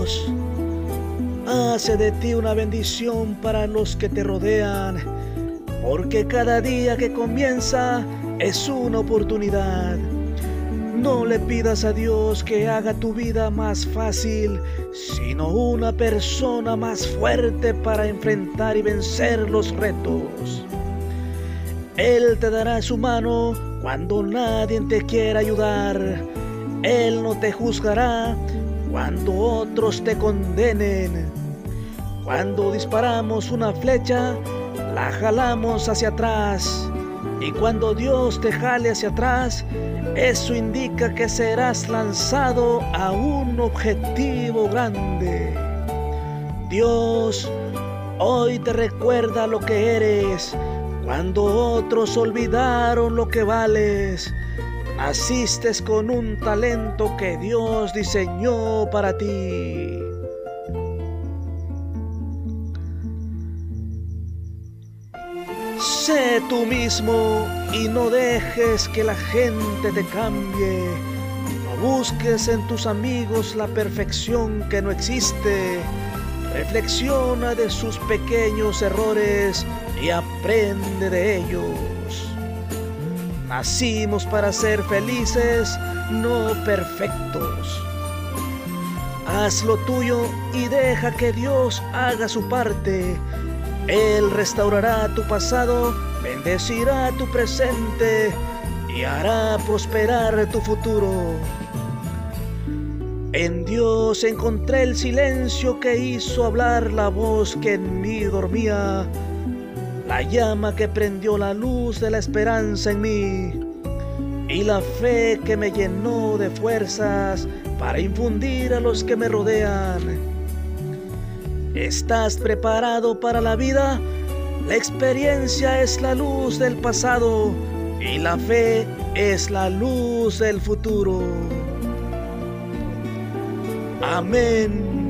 Dios hace de ti una bendición para los que te rodean, porque cada día que comienza es una oportunidad. No le pidas a Dios que haga tu vida más fácil, sino una persona más fuerte para enfrentar y vencer los retos. Él te dará su mano cuando nadie te quiera ayudar. Él no te juzgará cuando otros te condenen. Cuando disparamos una flecha, la jalamos hacia atrás. Y cuando Dios te jale hacia atrás, eso indica que serás lanzado a un objetivo grande. Dios hoy te recuerda lo que eres. Cuando otros olvidaron lo que vales, naciste con un talento que Dios diseñó para ti. Sé tú mismo y no dejes que la gente te cambie. No busques en tus amigos la perfección que no existe. Reflexiona de sus pequeños errores y aprende de ellos. Nacimos para ser felices, no perfectos. Haz lo tuyo y deja que Dios haga su parte. Él restaurará tu pasado, bendecirá tu presente y hará prosperar tu futuro. En Dios encontré el silencio que hizo hablar la voz que en mí dormía, la llama que prendió la luz de la esperanza en mí y la fe que me llenó de fuerzas para infundir a los que me rodean. ¿Estás preparado para la vida? La experiencia es la luz del pasado y la fe es la luz del futuro. Amén.